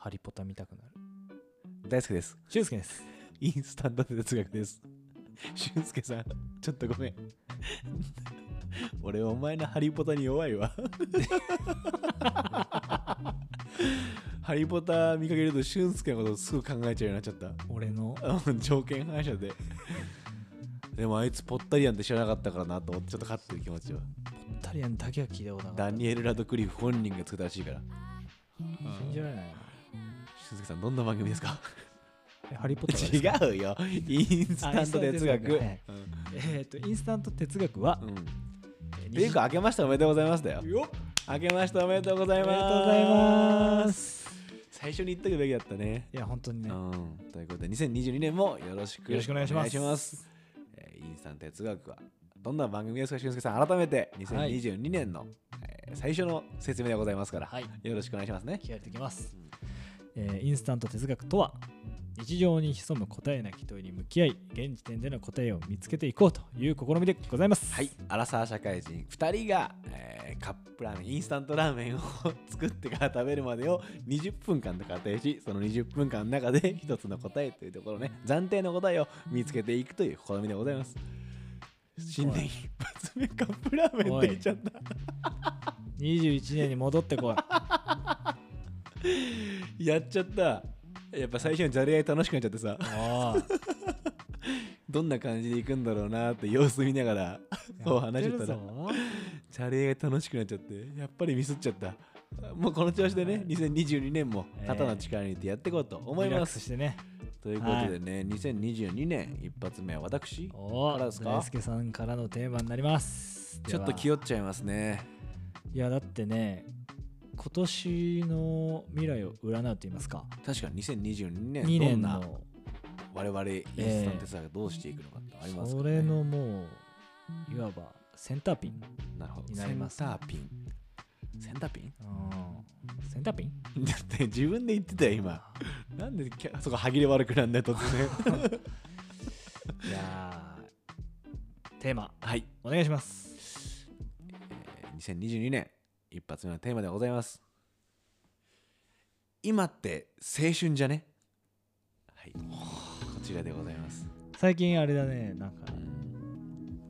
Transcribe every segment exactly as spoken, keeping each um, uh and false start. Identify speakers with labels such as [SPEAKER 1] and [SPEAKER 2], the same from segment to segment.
[SPEAKER 1] ハリポタ見たくなる。
[SPEAKER 2] 大好きです。
[SPEAKER 1] 俊介です。
[SPEAKER 2] インスタント哲学です。俊介さん、ちょっとごめん。俺お前のハリポタに弱いわ。ハリポタ見かけると俊介のことすぐ考えちゃうようになっちゃった。
[SPEAKER 1] 俺の
[SPEAKER 2] 条件反射で。でもあいつポッタリアンって知らなかったからなと思ってちょっと勝ってる気持ちは。
[SPEAKER 1] ポッタリアンだけは聞いたことなかった。
[SPEAKER 2] ダニエル・ラドクリフ本人が作ったらしいから。
[SPEAKER 1] 信じられないな。
[SPEAKER 2] 俊介さんどんな番組ですか？
[SPEAKER 1] ハリポタですか？
[SPEAKER 2] 違うよ。インスタント哲学。
[SPEAKER 1] えっとインスタント哲学は、
[SPEAKER 2] うんっていうか、明けましておめでとうございますだよ。
[SPEAKER 1] よっ、
[SPEAKER 2] 明けましておめでとうございます。
[SPEAKER 1] ありがとうございます。
[SPEAKER 2] 最初に言っとくべきだったね。
[SPEAKER 1] いや、本当にね。
[SPEAKER 2] うん、ということで、にせんにじゅうにねんもよろしく
[SPEAKER 1] よろしくお願いします。
[SPEAKER 2] お願いします。えーインスタント哲学はどんな番組ですか、俊介さん。改めてにせんにじゅうにねんの、えー最初の説明でございますから、
[SPEAKER 1] はい、
[SPEAKER 2] よろしくお願いしますね。
[SPEAKER 1] 気合い入れていきます。えーインスタント哲学とは、日常に潜む答えなき問いに向き合い、現時点での答えを見つけていこうという試みでございます。
[SPEAKER 2] はい、アラサー社会人ふたりが、えーカップラーメン、インスタントラーメンを作ってから食べるまでをにじゅっぷんかんと仮定し、そのにじゅっぷんかんの中で一つの答えというところね、暫定の答えを見つけていくという試みでございます。新年一発目カップラーメンって言っちゃった。
[SPEAKER 1] にじゅういちねんに戻ってこ
[SPEAKER 2] い。やっちゃった。やっぱ最初のじゃれ合い楽しくなっちゃってさ。
[SPEAKER 1] あ
[SPEAKER 2] どんな感じでいくんだろうなって様子見ながらこう話してたら、じゃれ合い楽しくなっちゃって、やっぱりミスっちゃった。もうこの調子でね、にせんにじゅうにねんも肩の力に入れてやっていこうと思います。リラックス
[SPEAKER 1] してね。
[SPEAKER 2] ということでね、はい、にせんにじゅうにねん一発目は私からですか？
[SPEAKER 1] 大輔さんからのテーマになります。
[SPEAKER 2] ちょっと気負っちゃいますね。
[SPEAKER 1] いやだってね、今年の未来を占うと言いますか。
[SPEAKER 2] 確かににせんにじゅうにねん
[SPEAKER 1] にねん
[SPEAKER 2] どんな
[SPEAKER 1] の
[SPEAKER 2] 我々インスタント哲学がどうしていくのかってありますかね。
[SPEAKER 1] それのもういわばセンターピンになります。
[SPEAKER 2] センターピン。センターピン？
[SPEAKER 1] センターピン？
[SPEAKER 2] だって自分で言ってたよ今。なんでそこ歯切れ悪くなんだよ突然。
[SPEAKER 1] いやー、テーマ、
[SPEAKER 2] はい、
[SPEAKER 1] お願いします。
[SPEAKER 2] えー、にせんにじゅうにねん一発目のテーマでございます。今って青春じゃね？はい、こちらでございます。
[SPEAKER 1] 最近あれだね、なんか、うん、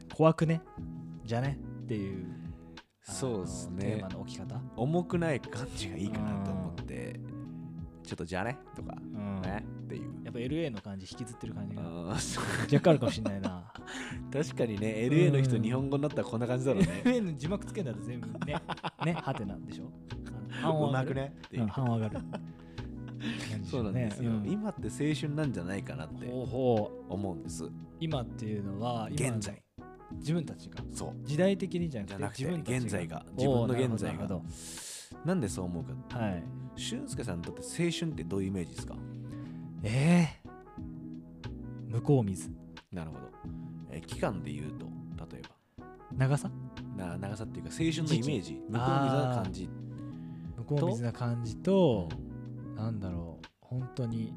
[SPEAKER 1] 怖くねじゃねっていう、
[SPEAKER 2] そうですね、
[SPEAKER 1] テーマの置き方、
[SPEAKER 2] 重くない感じがいいかなと思って、ちょっとじゃねとか、うん、ねっていう、
[SPEAKER 1] やっぱ エルエー の感じ引きずってる感じが若干あるかもしれないな。
[SPEAKER 2] 確かにね、 エルエー の人日本語になったらこんな感じだろうね。
[SPEAKER 1] エルエー の字幕つけたら全部ねねハテナでしょ。
[SPEAKER 2] うまくねっていう、
[SPEAKER 1] 半上がる。
[SPEAKER 2] そうなんですよ、うん、今って青春なんじゃないかなって思うんです。
[SPEAKER 1] 今っていうのは
[SPEAKER 2] 現在、
[SPEAKER 1] 自分たちが、
[SPEAKER 2] そう、
[SPEAKER 1] 時代的にじゃなくて
[SPEAKER 2] 自分たちが、現在が、自分の現在が。なんでそう思うか。はい。俊介さんにとって青春ってどういうイメージですか？
[SPEAKER 1] ええー、向こう水。
[SPEAKER 2] なるほど。えー、期間で言うと例えば
[SPEAKER 1] 長さ
[SPEAKER 2] な長さっていうか青春のイメージ、向こう水な感じ、
[SPEAKER 1] 向こう水な感じと、うん、なんだろう、本当に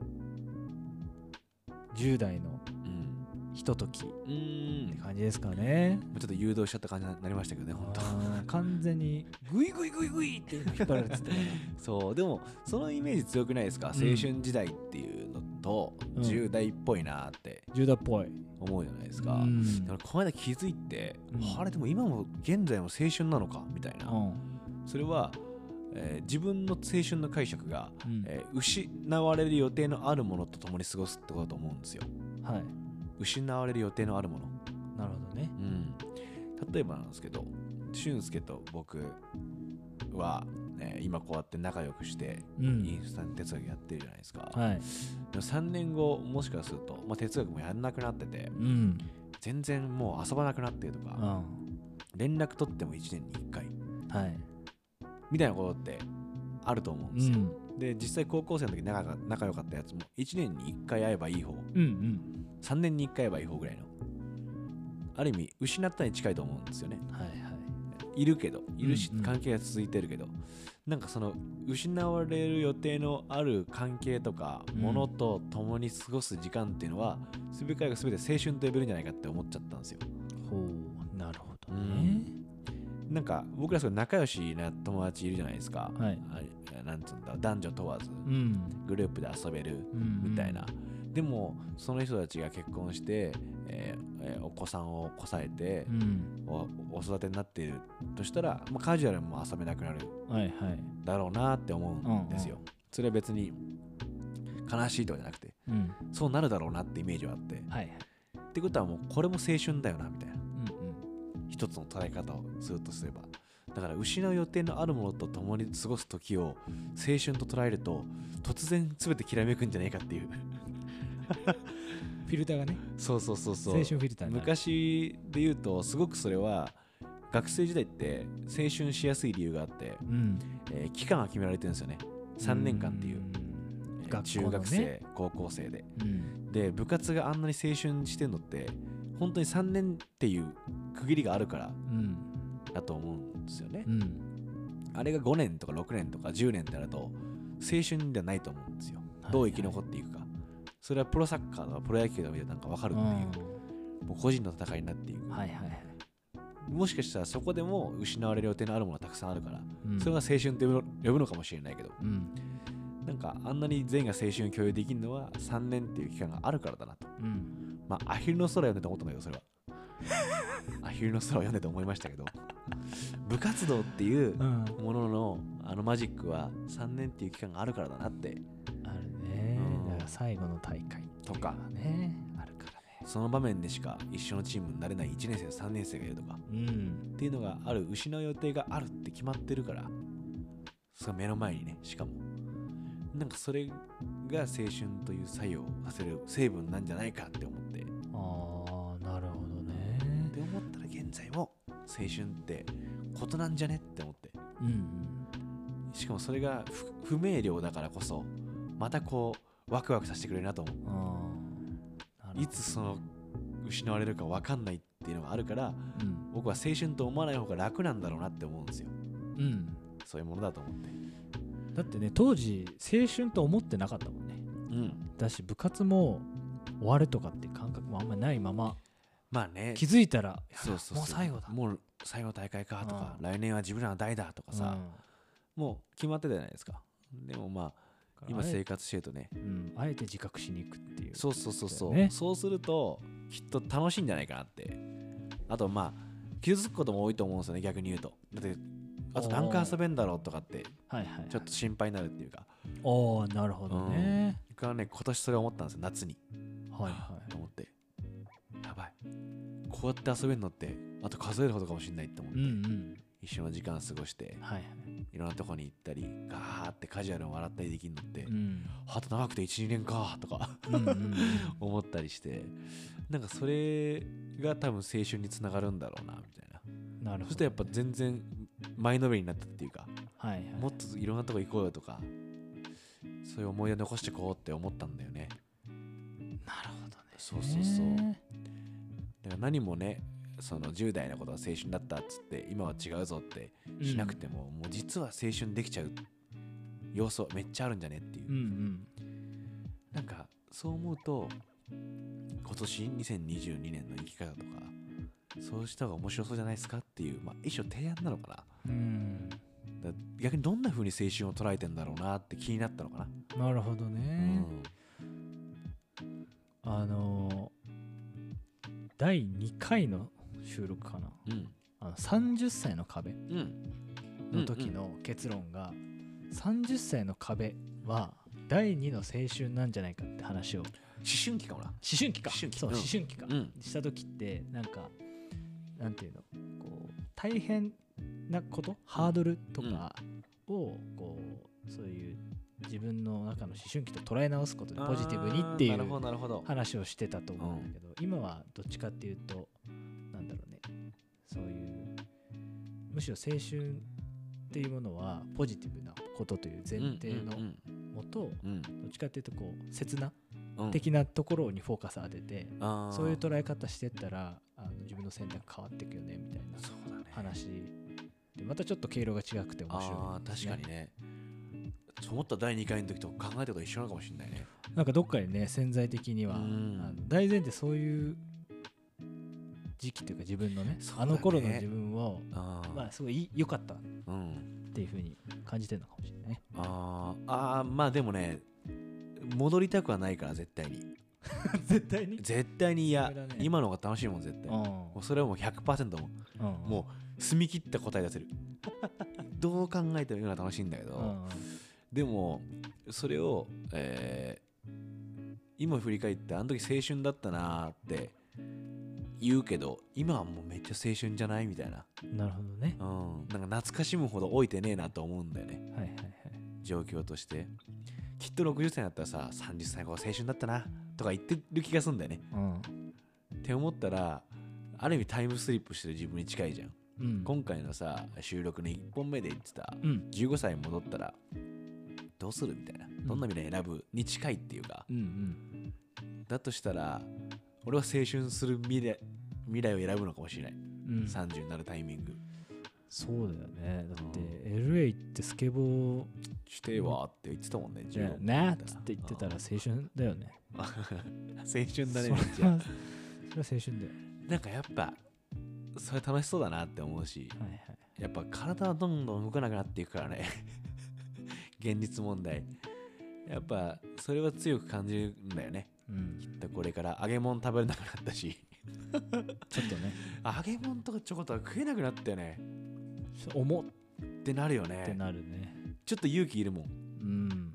[SPEAKER 1] じゅう代のひとときって感じですかね。
[SPEAKER 2] ちょっと誘導しちゃった感じになりましたけどね、本当。
[SPEAKER 1] 完全にグイグイグイグイって引っ張られてて、ね、
[SPEAKER 2] そう、でもそのイメージ強くないですか？うん、青春時代っていうのとじゅう代っぽいなって
[SPEAKER 1] じゅう代っぽい
[SPEAKER 2] 思うじゃないですか。うん、だからこの間気づいて、うん、あれでも今も現在も青春なのかみたいな、うん、それは、えー、自分の青春の解釈が、うんえー、失われる予定のあるものと共に過ごすってことだと思うんですよ。はい。失われる予定のあるもの。
[SPEAKER 1] なるほどね。
[SPEAKER 2] うん。例えばなんですけど、俊介と僕は、ね、今こうやって仲良くして、うん、インスタント哲学やってるじゃないですか。はい。でもさんねんごもしかすると、まあ、哲学もやんなくなってて、うん、全然もう遊ばなくなってるとか、うん、連絡取ってもいちねんにいっかい、はい、みたいなことってあると思うんですよ。うん、で実際高校生の時仲が仲良かったやつもいちねんにいっかい会えばいい方、うんうん、さんねんにいっかい会えばいい方ぐらいの、ある意味失ったに近いと思うんですよね。はいはい。いるけどいるし、うんうん、関係が続いてるけど、なんかその失われる予定のある関係とか、うん、ものと共に過ごす時間っていうのは全てが全て青春と呼べるんじゃないかって思っちゃったんですよ。
[SPEAKER 1] ほう、なるほどね。
[SPEAKER 2] うん、 なんか僕らすごい仲良しな友達いるじゃないですか、
[SPEAKER 1] はい、
[SPEAKER 2] なんつうんだ男女問わず、
[SPEAKER 1] うん、
[SPEAKER 2] グループで遊べるみたいな、うんうん、でもその人たちが結婚して、えーえー、お子さんをこさえて、うん、お, お育てになっているとしたら、まあ、カジュアルも遊べなくなるだろうなって思うんですよ、はいはい、それは別に悲しいとかじゃなくて、うん、そうなるだろうなってイメージはあって、はい、ってことはもうこれも青春だよなみたいな、うんうん、一つの捉え方をするとすれば、だから失う予定のあるものと共に過ごす時を青春と捉えると突然全てきらめくんじゃねえかっていう
[SPEAKER 1] フィルターがね、
[SPEAKER 2] そうそうそうそう、
[SPEAKER 1] 青春フィルターになる。
[SPEAKER 2] 昔で言うとすごくそれは学生時代って青春しやすい理由があって、うん、えー、期間が決められてるんですよね。さんねんかんっていう、えー、中学生、ね、高校生で、うん、で部活があんなに青春してるのって本当にさんねんっていう区切りがあるからだと思うんですよね、うん、あれがごねんとかろくねんとかじゅうねんってなると青春ではないと思うんですよ、はいはい、どう生き残っていくか、それはプロサッカーとかプロ野球とか見てなんか分かるっていう、うん、もう個人の戦いになっていく、はいはいはい、もしかしたらそこでも失われる予定のあるものがたくさんあるから、うん、それが青春って呼ぶのかもしれないけど、うん、なんかあんなに全員が青春を共有できるのはさんねんっていう期間があるからだなと、うん、まあアヒルの空読んでて思ったんだけど、それはアヒルの空を読んでて思いましたけど部活動っていうもののあのマジックはさんねんっていう期間があるからだなって
[SPEAKER 1] あるね、うん、だから最後の大会とかねあるからね、
[SPEAKER 2] その場面でしか一緒のチームになれないいちねん生さんねん生がいるとか、うん、っていうのがある、失う予定があるって決まってるから、それ目の前にね、しかもなんかそれが青春という作用をさせる成分なんじゃないかって思って、
[SPEAKER 1] ああなるほどね
[SPEAKER 2] って思ったら現在も青春ってことなんじゃねって思って、うん、しかもそれが不明瞭だからこそまたこうワクワクさせてくれるなと思う。あ、いつその失われるか分かんないっていうのがあるから、うん、僕は青春と思わない方が楽なんだろうなって思うんですよ、うん、そういうものだと思って。
[SPEAKER 1] だってね、当時青春と思ってなかったもんね、うん、だし部活も終わるとかって感覚もあんまりないまま、
[SPEAKER 2] まあね、
[SPEAKER 1] 気づいたら
[SPEAKER 2] そうそうそう、
[SPEAKER 1] もう最後だ、
[SPEAKER 2] もう最後の大会かとか、来年は自分らの代だとかさ、うん、もう決まってたじゃないですか。でもまあ今生活してるとね、
[SPEAKER 1] うん、あえて自覚しに行くっていう、
[SPEAKER 2] そうそうそうそう、ね、そうするときっと楽しいんじゃないかなって。あとまあ傷つくことも多いと思うんですよね、逆に言うと。だってあと何回遊べんだろうとかってちょっと心配になるっていうか、
[SPEAKER 1] おおなるほどね、
[SPEAKER 2] うん、僕はね今年それ思ったんですよ、夏に、
[SPEAKER 1] はいはい、
[SPEAKER 2] と思って、やばいこうやって遊べるのってあと数えるほどかもしれないって思って、うんうん、一緒の時間過ごして、はいはい、いろんなとこに行ったりガーってカジュアルに笑ったりできるのって、うん、あと長くて いちにねんかとかうんうん、うん、思ったりして、なんかそれが多分青春につながるんだろうなみたいな。なるほどね、そしてやっぱ全然前のめりになったっていうか、はいはい、もっといろんなとこ行こうよとか、そういう思い出残してこうって思ったんだよね。
[SPEAKER 1] なるほどね。
[SPEAKER 2] そうそうそう。だから何もね、そのじゅう代のことが青春だったっつって今は違うぞってしなくても、うん、もう実は青春できちゃう要素めっちゃあるんじゃねっていう、うんうん、なんかそう思うと今年にせんにじゅうにねんの生き方とかそうした方が面白そうじゃないですかっていう、まあ、一種提案なのかな、うん、だ逆にどんな風に青春を捉えてんだろうなって気になったのかな。
[SPEAKER 1] なるほどね、うん、あのだいにかいの収録かな、うん、あのさんじゅっさいの壁の時の結論が、うんうん、さんじゅっさいの壁はだいにの青春なんじゃないかって話を、思
[SPEAKER 2] 春期かもな、
[SPEAKER 1] 思春期か、
[SPEAKER 2] 思春期、
[SPEAKER 1] そう、うん、思春期か、うん、した時ってなんかなんていうの、こう大変なこと、ハードルとかをこうそういう自分の中の思春期と捉え直すことでポジティブにっていう話をしてたと思うんだけど、今はどっちかっていうとなんだろうね、そういうむしろ青春っていうものはポジティブなことという前提のもと、どっちかっていうとこう切な的なところにフォーカス当てて、そういう捉え方してったらあの自分の選択変わっていくよねみたいな話で、またちょっと経路が違くて面白い、ね、
[SPEAKER 2] あ確かにね。そう思っただいにかいの時と考えたこと一緒なのかもしれないね。
[SPEAKER 1] なんかどっかでね、潜在的にはあの大前提そういう時期というか自分の ね,
[SPEAKER 2] そうだね
[SPEAKER 1] あの頃の自分を
[SPEAKER 2] あー、
[SPEAKER 1] まあすごい良かったっ
[SPEAKER 2] うん、
[SPEAKER 1] ていう風に感じてるのかもしれないね。
[SPEAKER 2] あーあーまあでもね戻りたくはないから絶対に
[SPEAKER 1] 絶対に
[SPEAKER 2] 絶対に嫌、
[SPEAKER 1] それだね
[SPEAKER 2] 今の方が楽しいもん絶対、もうそれはもう ひゃくパーセント もう
[SPEAKER 1] うん
[SPEAKER 2] もう澄み切った答え出せるどう考えても今のが楽しいんだけど、
[SPEAKER 1] うんうん
[SPEAKER 2] でもそれを、えー今振り返ってあの時青春だったなーって言うけど今はもうめっちゃ青春じゃないみたいな、
[SPEAKER 1] なるほどね。
[SPEAKER 2] うん、なんか懐かしむほど老いてねえなと思うんだよね、
[SPEAKER 1] はいはいはい。
[SPEAKER 2] 状況として。きっとろくじゅっさいになったらささんじゅっさいの頃青春だったなとか言ってる気がするんだよね、
[SPEAKER 1] うん
[SPEAKER 2] って思ったらある意味タイムスリップしてる自分に近いじゃん、
[SPEAKER 1] うん、
[SPEAKER 2] 今回のさ収録のいっぽんめで言ってた、
[SPEAKER 1] うん、
[SPEAKER 2] じゅうごさい戻ったらどうするみたいな、どんな未来選ぶに近いっていうか、
[SPEAKER 1] うんうん
[SPEAKER 2] だとしたら俺は青春する未来未来を選ぶのかもしれない、
[SPEAKER 1] うん、
[SPEAKER 2] さんじゅうになるタイミング。
[SPEAKER 1] そうだよね。だって エルエー 行ってスケボー
[SPEAKER 2] してはって言ってたもんね、
[SPEAKER 1] じゃあなっつって言ってたら青春だよね。
[SPEAKER 2] 青春だね、めっちゃ。
[SPEAKER 1] それはそれは青春だよ。
[SPEAKER 2] なんかやっぱそれ楽しそうだなって思うし、
[SPEAKER 1] はいはい。
[SPEAKER 2] やっぱ体はどんどん動かなくなっていくからね現実問題やっぱそれは強く感じるんだよね、
[SPEAKER 1] うん、
[SPEAKER 2] きっとこれから揚げ物食べれなくなったし
[SPEAKER 1] ちょっとね
[SPEAKER 2] 揚げ物とかチョコとか食えなくなったよね
[SPEAKER 1] 重っ
[SPEAKER 2] ってなるよね。
[SPEAKER 1] ってなるね。
[SPEAKER 2] ちょっと勇気いるもん。
[SPEAKER 1] うん。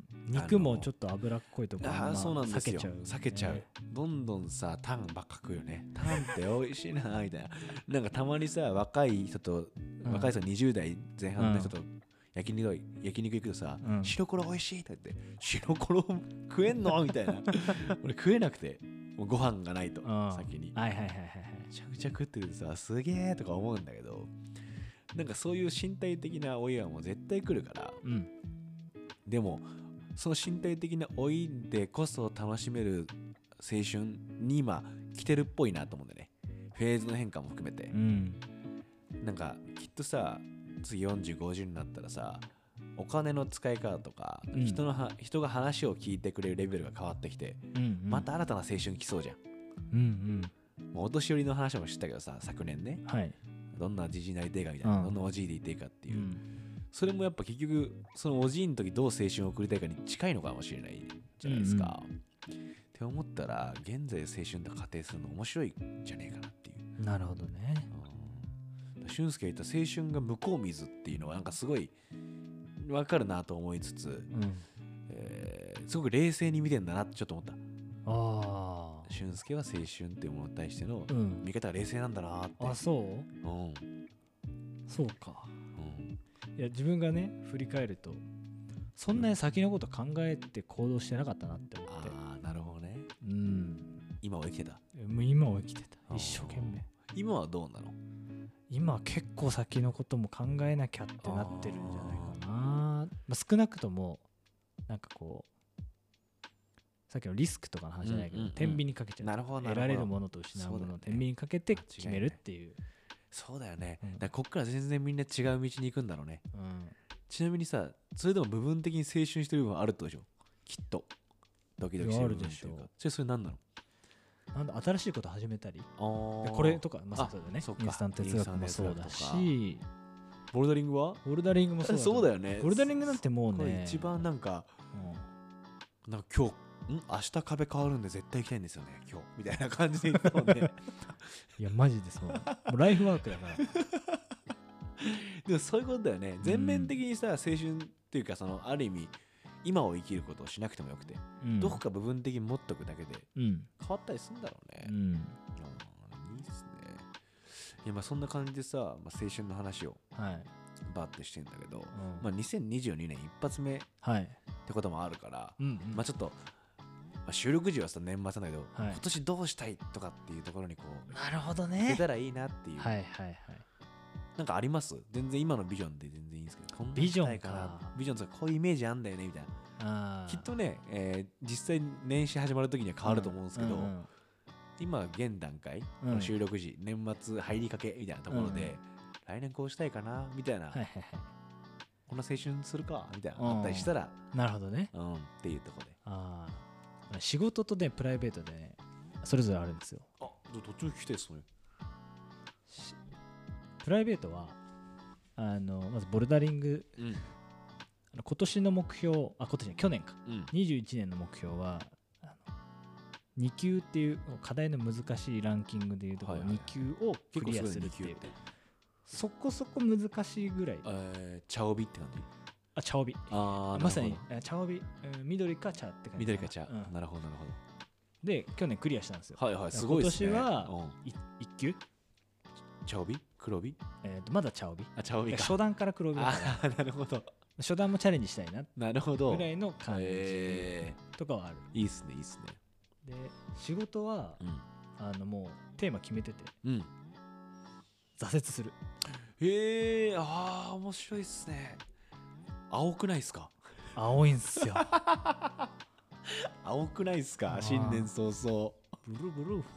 [SPEAKER 1] 肉もちょっと脂っこいところ
[SPEAKER 2] ああそうなんですよ、
[SPEAKER 1] 避けちゃう、ね、
[SPEAKER 2] 避けちゃう。どんどんさタンばっか食うよね。タンって美味しいなみたいな。なんかたまにさ若い人と、うん、若い人にじゅう代前半の人と焼肉、うん、焼肉行くとさ、うん、白黒美味しいとか言って白黒食えんのみたいな俺食えなくてもうご飯がないと、うん、先に
[SPEAKER 1] はいはいはいはい
[SPEAKER 2] めちゃくちゃ食ってるとさすげえとか思うんだけど、なんかそういう身体的な老いはもう絶対来るから、うん、でもその身体的な老いでこそ楽しめる青春に今来てるっぽいなと思うんだよね。フェーズの変化も含めて、うん、なんかきっとさ次よんじゅう、ごじゅうになったらさお金の使い方とか、うん、人のは人が話を聞いてくれるレベルが変わってきて、うんうん、また新たな青春来そうじゃん、うんうん、もうお年寄りの話も知ったけどさ昨年ね、はい、どんなじじいになりてえかみたいな、うん、どんなおじいでいてえかっていう、うん、それもやっぱ結局そのおじいの時どう青春を送りたいかに近いのかもしれないじゃないですか、うんうん、って思ったら現在青春と仮定するの面白いんじゃねえかなっていう。
[SPEAKER 1] なるほどね。
[SPEAKER 2] 俊介が言った青春が向こう水っていうのはなんかすごい分かるなと思いつつ、うんえー、すごく冷静に見てんだなってちょっと思った。ああ俊介は青春っていうものに対しての見方が冷静なんだなって、
[SPEAKER 1] うん、あそう、うん、そうか、うん、いや自分がね振り返るとそんなに先のこと考えて行動してなかったなって思って。
[SPEAKER 2] ああなるほどね、
[SPEAKER 1] うん、
[SPEAKER 2] 今は生きてた。
[SPEAKER 1] もう今は生きてた一生懸命。
[SPEAKER 2] 今はどうなの？
[SPEAKER 1] 今は結構先のことも考えなきゃってなってるんじゃないかな。まあ、少なくともなんかこうさっきのリスクとかの話じゃないけど、うんうんうん、天秤にかけちゃう。
[SPEAKER 2] なるほど
[SPEAKER 1] 得られるものと失うものを天秤にかけて決めるっていう。
[SPEAKER 2] そうだよね、うん、だからこっから全然みんな違う道に行くんだろうね、うん、ちなみにさそれでも部分的に青春してる部分あるってことでしょきっと。ドキドキしてる部分っていうか。それそれ何なの？
[SPEAKER 1] なんだ新しいこと始めたりこれとかまさそうだね。インスタント哲学もそうだし
[SPEAKER 2] ボルダリングは
[SPEAKER 1] ボルダリングもそうだ
[SPEAKER 2] そうだよね。
[SPEAKER 1] ボルダリングなんてもうね
[SPEAKER 2] 一番なんか、うん、なんか今日ん明日壁変わるんで絶対行きたいんですよね今日みたいな感じで言ったもんね
[SPEAKER 1] いやマジでそうもうライフワークだから
[SPEAKER 2] でもそういうことだよね。全面的にさ、うん、青春っていうかそのある意味今を生きることをしなくてもよくて、うん、どこか部分的に持っとくだけで変わったりするんだろうね、うんうん、いいですね。いやまあそんな感じでさ、まあ、青春の話をバーってしてんだけど、はいまあ、にせんにじゅうにねん一発目ってこともあるから、はいまあ、ちょっと、まあ、収録時はさ年末なんだけど、はい、今年どうしたいとかっていうところにこう
[SPEAKER 1] なるほどね
[SPEAKER 2] 出たらいいなっていう、
[SPEAKER 1] はいはいはい、
[SPEAKER 2] なんかあります？全然今のビジョンで全然いいんですけど、こんな
[SPEAKER 1] ビジョンか
[SPEAKER 2] ビジョンとかこういうイメージあんだよねみたいな。あきっとね、えー、実際年始始まる時には変わると思うんですけど、うんうんうん、今現段階、うん、収録時年末入りかけみたいなところで、うん、来年こうしたいかなみたいな、はいはいはい、こんな青春するかみたいな、うん、あったりしたら
[SPEAKER 1] なるほどね、
[SPEAKER 2] うん、っていうところで
[SPEAKER 1] あ仕事とねプライベートで、ね、それぞれあるんですよ。
[SPEAKER 2] あ、途中来てそれ
[SPEAKER 1] プライベートはあのまずボルダリング、うん、今年の目標あ今年去年か、うん、にじゅういちねんの目標はあのに級っていう課題の難しいランキングでいうところ、はいはい、に級をクリアするっていうそこそこ難しいぐらい、
[SPEAKER 2] えー、茶帯って感じ
[SPEAKER 1] あ茶帯
[SPEAKER 2] あ
[SPEAKER 1] まさに茶帯、うん、緑か茶って感じ
[SPEAKER 2] 緑か茶、うん、なるほどなるほど
[SPEAKER 1] で去年クリアしたんですよ
[SPEAKER 2] はいはいすごいですね
[SPEAKER 1] 今年は、うん、いっ級
[SPEAKER 2] 茶帯黒帯
[SPEAKER 1] えー、とまだ茶帯
[SPEAKER 2] あ茶帯か
[SPEAKER 1] 初段から黒帯だ
[SPEAKER 2] からなるほど
[SPEAKER 1] 初段もチャレンジしたいな
[SPEAKER 2] なるほど
[SPEAKER 1] ぐらいの感じとかはある、
[SPEAKER 2] いいっすねいいっすね
[SPEAKER 1] で仕事は、うん、あのもうテーマ決めてて、うん、挫折する
[SPEAKER 2] へえあー面白いっすね青くないっすか
[SPEAKER 1] 青いんすよ
[SPEAKER 2] 青くないっすか新年早々
[SPEAKER 1] ブルブル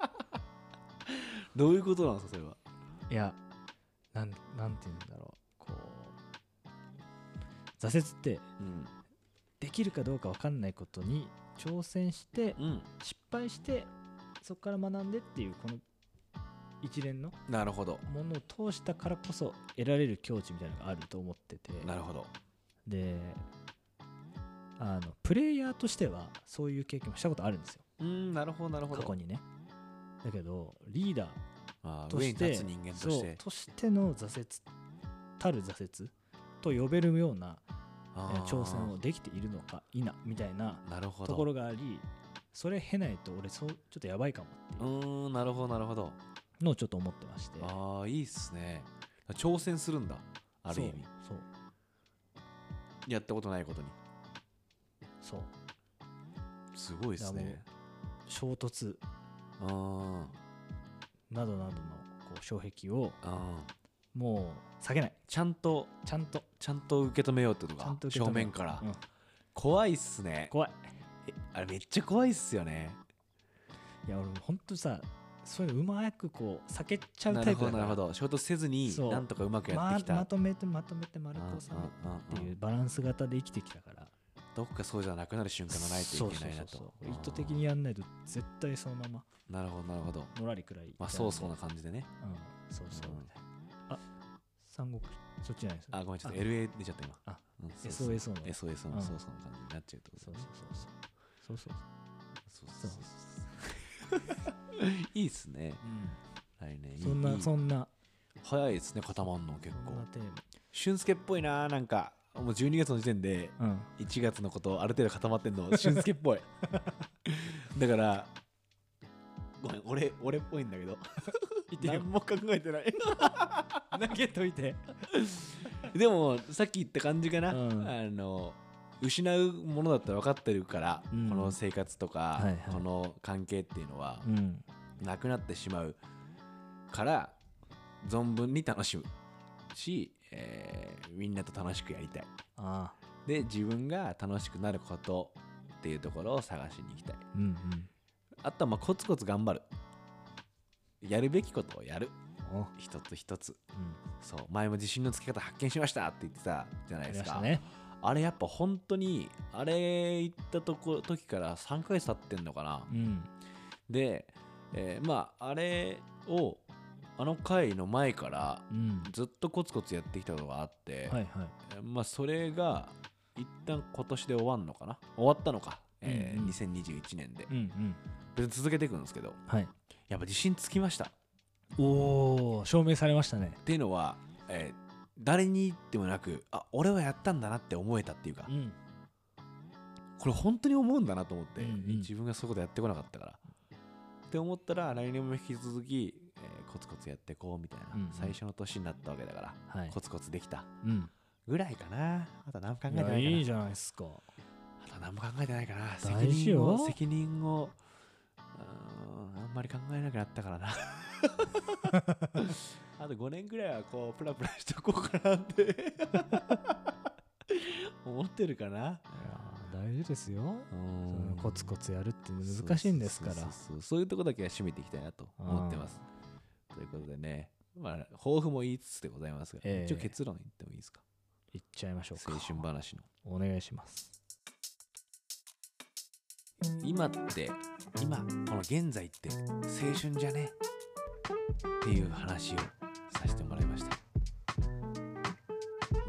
[SPEAKER 2] どういうことなんですかそれはい
[SPEAKER 1] やなんなんて言うんだろうこう挫折って、うん、できるかどうか分かんないことに挑戦して、うん、失敗してそこから学んでっていうこの一連の
[SPEAKER 2] なるほど
[SPEAKER 1] ものを通したからこそ得られる境地みたいなのがあると思ってて
[SPEAKER 2] なるほど
[SPEAKER 1] であのプレイヤーとしてはそういう経験もしたことあるんですよ
[SPEAKER 2] うんなるほどなるほど
[SPEAKER 1] 過去にねだけどリーダーとして
[SPEAKER 2] 上に立つ人間として
[SPEAKER 1] そうとしての挫折たる挫折と呼べるような挑戦をできているのか否みたいなところがありそれ経ないと俺そうちょっとやばいかもっていう
[SPEAKER 2] うーんなるほどなるほど
[SPEAKER 1] のをちょっと思ってまして
[SPEAKER 2] ああいいっすね挑戦するんだある意味
[SPEAKER 1] そう
[SPEAKER 2] やったことないことに
[SPEAKER 1] そう
[SPEAKER 2] すごいっすね
[SPEAKER 1] 衝突あなどなどのこう障壁をもう避けない
[SPEAKER 2] ちゃんと
[SPEAKER 1] ちゃんと
[SPEAKER 2] ちゃんと受け止めようってことか正面から、うん、怖いっすね
[SPEAKER 1] 怖い
[SPEAKER 2] えあれめっちゃ怖いっすよね
[SPEAKER 1] いや俺ほんとさそういうのうまくこう避けちゃうタイプだから
[SPEAKER 2] なるほど衝突せずになんとかうまくやってきた、
[SPEAKER 1] ま、まとめてまとめて丸く収めっていうバランス型で生きてきたから
[SPEAKER 2] どっかそうじゃなくなる瞬間がないといけないなとそうそう
[SPEAKER 1] そう意図的にやんないと絶対そのまま
[SPEAKER 2] なるほどなるほど
[SPEAKER 1] のらりくらい
[SPEAKER 2] まあそうそうな感じでね
[SPEAKER 1] うんそうそうみたいなあ三国そっちじゃないです
[SPEAKER 2] あごめんちょっと エルエー 出ちゃった今
[SPEAKER 1] あ エスオーエス の
[SPEAKER 2] エスオーエス のそうそうな感じになっちゃうってこと
[SPEAKER 1] そうそうそうそうそうそうそう
[SPEAKER 2] いいっすね、
[SPEAKER 1] うん、来年そんないいそんな
[SPEAKER 2] 早いですね固まんの結構俊介っぽいななんかもうじゅうにがつの時点でいちがつのことある程度固まってんの俊介っぽいだからごめん俺俺っぽいんだけど何も考えてない
[SPEAKER 1] 投げといて
[SPEAKER 2] でもさっき言った感じかな、うん、あの失うものだったら分かってるから、うん、この生活とか、はいはい、この関係っていうのは、うん、なくなってしまうから存分に楽しむし、えー、みんなと楽しくやりたいあで自分が楽しくなることっていうところを探しに行きたい、うんうん、あとはまあコツコツ頑張るやるべきことをやる一つ一つ、うん、そう前も自信のつけ方発見しましたって言ってたじゃないですか、ね、あれやっぱ本当にあれ行ったとこ時からさんかげつ経ってんのかな、うん、で、えー、まああれをあの回の前からずっとコツコツやってきたことがあって、うんはいはい、まあそれが一旦今年で終わんのかな終わったのか、えーうんうん、にせんにじゅういちねんで、うんうん、別に続けていくんですけど、はい、やっぱ自信つきました。
[SPEAKER 1] おー証明されましたね。
[SPEAKER 2] っていうのは、えー、誰に言ってもなくあ俺はやったんだなって思えたっていうか、うん、これ本当に思うんだなと思って、うんうん、自分がそういうことやってこなかったからって思ったら来年も引き続き、えー、コツコツやっていこうみたいな、うんうん、最初の年になったわけだから、はい、コツコツできた、うん、ぐらいかな。あと何も考えてないかな。
[SPEAKER 1] いいじゃないですか。
[SPEAKER 2] あと何も考えてないかな。責任を責任をあんまり考えなくなったからなあとごねんぐらいはこうプラプラしとこうかなって思ってるかな。いや
[SPEAKER 1] 大事ですよ。そコツコツやるって難しいんですから。
[SPEAKER 2] そうそうそうそう、そういうとこだけは締めていきたいなと思ってます。ということでね、まあ抱負も言いつつでございますが、えー、一応結論言ってもいいですか。
[SPEAKER 1] 言っちゃいましょうか。
[SPEAKER 2] 青春話の
[SPEAKER 1] お願いします。
[SPEAKER 2] 今って今この現在って青春じゃねっていう話をさせてもらいました。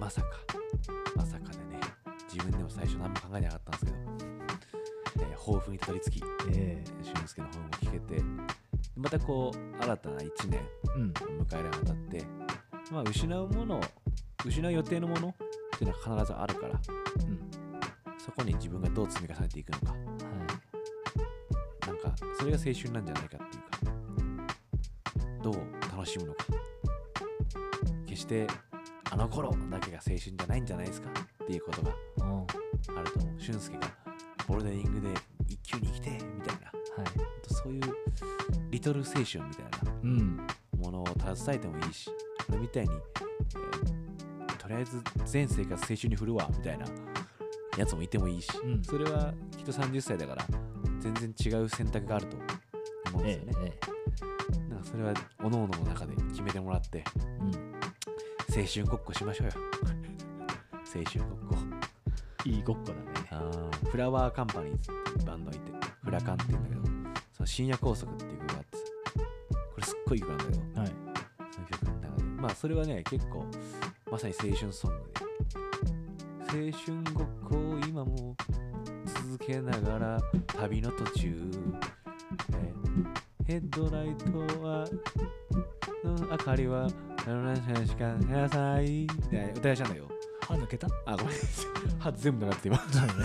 [SPEAKER 2] まさかまさかでね、自分でも最初何も考えなかったんですけど、えー、抱負にたどり着き、えー、俊介の抱負も聞けて、またこう新たないちねん迎えるにあたって、うん、まあ失うもの失う予定のものっていうのは必ずあるから、うん、そこに自分がどう積み重ねていくのか、はい、なんかそれが青春なんじゃないかっていうか、どう楽しむのか、決してあの頃だけが青春じゃないんじゃないですかっていうことがあると思う。俊介がボルダリングで一級に生きてみたいな、はい、そういうリトル青春みたいなものを携えてもいいし、これみたいに、えー、とりあえず全生活青春に振るわみたいなやつもいてもいいし、うん、それはきっとさんじゅっさいだから全然違う選択があると思うんですよね、ええ、なんかそれは各々の中で決めてもらって、うん、青春ごっこしましょうよ青春ごっこ、
[SPEAKER 1] いいごっこだね。
[SPEAKER 2] あフラワーカンパニーズっていうバンドがいて、フラカンって言うんだけど、その深夜高速っていう曲があってさ、これすっごい曲なんだけど、はい、その曲の中でまあそれはね結構まさに青春ソングで、青春ごっこを今も続けながら旅の途中、えー、ヘッドライトはの明かりはしかなさいって歌いしゃんだよ。
[SPEAKER 1] 歯抜けた？
[SPEAKER 2] あ、ごめん歯全部なって今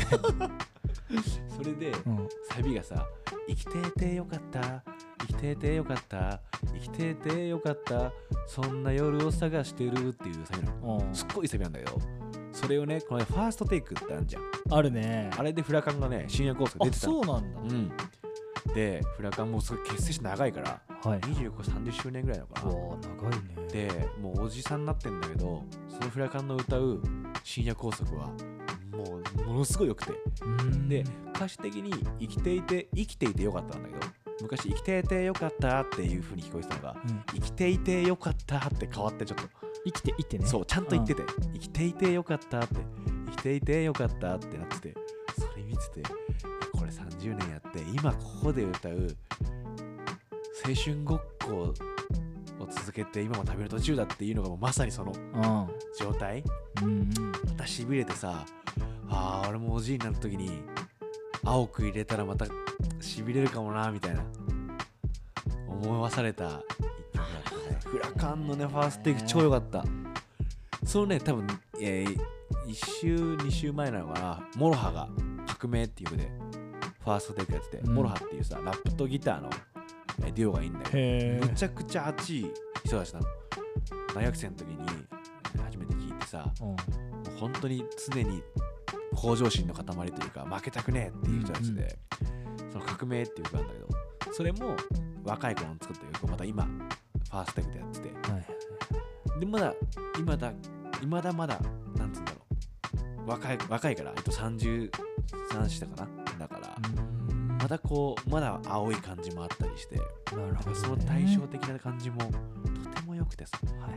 [SPEAKER 2] それで、うん、サビがさ、生きててよかった生きててよかった生きててよかったそんな夜を探してるっていうサビなの。すっごいサビなんだけど、それをねこのファーストテイクってあるじゃん。
[SPEAKER 1] あるね。
[SPEAKER 2] あれでフラカンがね深夜コースが出てたの。
[SPEAKER 1] あ、そうなんだ。
[SPEAKER 2] うん。でフラカンもすごい結成して長いから、はい、にじゅうご、さんじゅっしゅうねんぐらいなのかな。
[SPEAKER 1] おー長いね。
[SPEAKER 2] でもうおじさんになってんだけど、そのフラカンの歌う深夜高速はもうものすごい良くて、で歌詞的に生きていて生きていてよかったんだけど、昔生きていてよかったっていう風に聞こえてたのが、うん、生きていてよかったって変わって、ちょっと
[SPEAKER 1] 生きていてね、
[SPEAKER 2] そうちゃんと言ってて、生きていてよかったって生きていてよかったってなってて、それ見ててこれさんじゅうねんやって今ここで歌う青春ごっこを続けて今も旅の途中だっていうのがもうまさにその状態、うんうん、またしびれてさ、あー俺もおじいになる時に青く入れたらまたしびれるかもなみたいな思わされた一曲だったね。フラカンのねファーストテイク超良かった。そのね多分、えー、いっ週に週前なのかな、モロハが革命っていう曲でファーストテイクやってて、うん、モロハっていうさラップとギターのデュオがいいんだけど、むちゃくちゃ熱い人たちなの。大学生の時に初めて聞いてさ、うん、もう本当に常に向上心の塊というか負けたくねえっていう人たちで、うんうん、その革命っていう曲なんだけど、それも若い頃に作った曲をまた今ファーストテイクでやってて、はい、でまだ今だ今だまだなんつうんだろう、若い若いからさんじゅうさん歳だかな、だからまだこうまだ青い感じもあったりして、なるほどね、その対照的な感じもとても良くてさ、はいはい、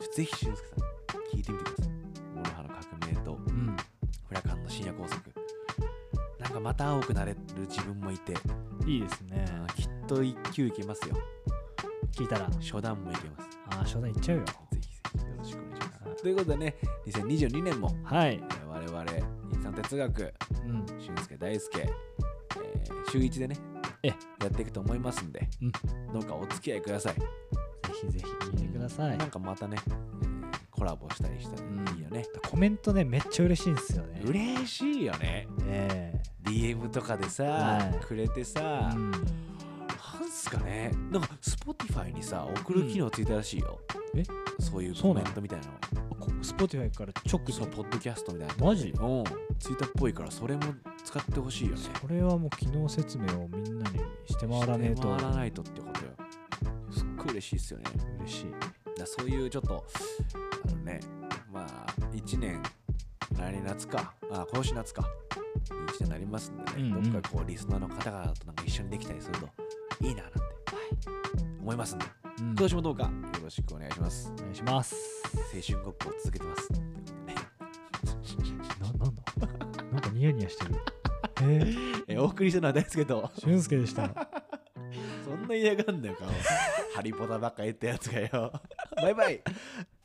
[SPEAKER 2] ぜひ俊介さん聞いてみてください。モロハの革命と、うん、フラカンの深夜高速、なんかまた青くなれる自分もいて
[SPEAKER 1] いいですね。
[SPEAKER 2] きっと一級いけますよ。
[SPEAKER 1] 聞いたら
[SPEAKER 2] 初段もいけます。
[SPEAKER 1] ああ初段いっちゃうよ。ぜ
[SPEAKER 2] ひぜひよろしくお願いします。ということでね、にせんにじゅうにねんも、はい、我々インスタント哲学、うん、俊介大輔、えー、週いちでねえやっていくと思いますんで、うん、どうかお付き合いください。ぜ
[SPEAKER 1] ひぜひ聞いてください。
[SPEAKER 2] なんかまたね、えー、コラボしたりしたらいいよね、
[SPEAKER 1] うん、コメントねめっちゃ嬉しいんですよね。
[SPEAKER 2] 嬉しいよね、えー、ディーエム とかでさ、はい、くれてさ、うん、なんすかね、なんか Spotify にさ送る機能ついたらしいよ、うん、えそういうコメントみたいなの。
[SPEAKER 1] Spotify から直で
[SPEAKER 2] そうポッドキャストみたいな
[SPEAKER 1] マジ
[SPEAKER 2] うんついたっぽいから、それも使ってほしいよね。
[SPEAKER 1] それはもう機能説明をみんなにして回らねえと。
[SPEAKER 2] して回らないとってことよ。すっごい嬉しいっすよね。
[SPEAKER 1] 嬉しい。
[SPEAKER 2] だそういうちょっとあのね、まあいちねん来年夏か、あ今年夏かいちねんになりますんでね、うんうん、どっかこうリスナーの方々となんか一緒にできたりするといいななんて、はい、思いますんで、うん、今年もどうかよろしくお願いします。
[SPEAKER 1] お願いします。
[SPEAKER 2] 青春ごっこを続けてます。
[SPEAKER 1] な、なんだなんかニヤニヤしてる。
[SPEAKER 2] えー、えお送りしたのは大輔と
[SPEAKER 1] 俊介でした。
[SPEAKER 2] そんな嫌がんだよ顔。ハリポタばっか言ったやつがよ。バイバイ。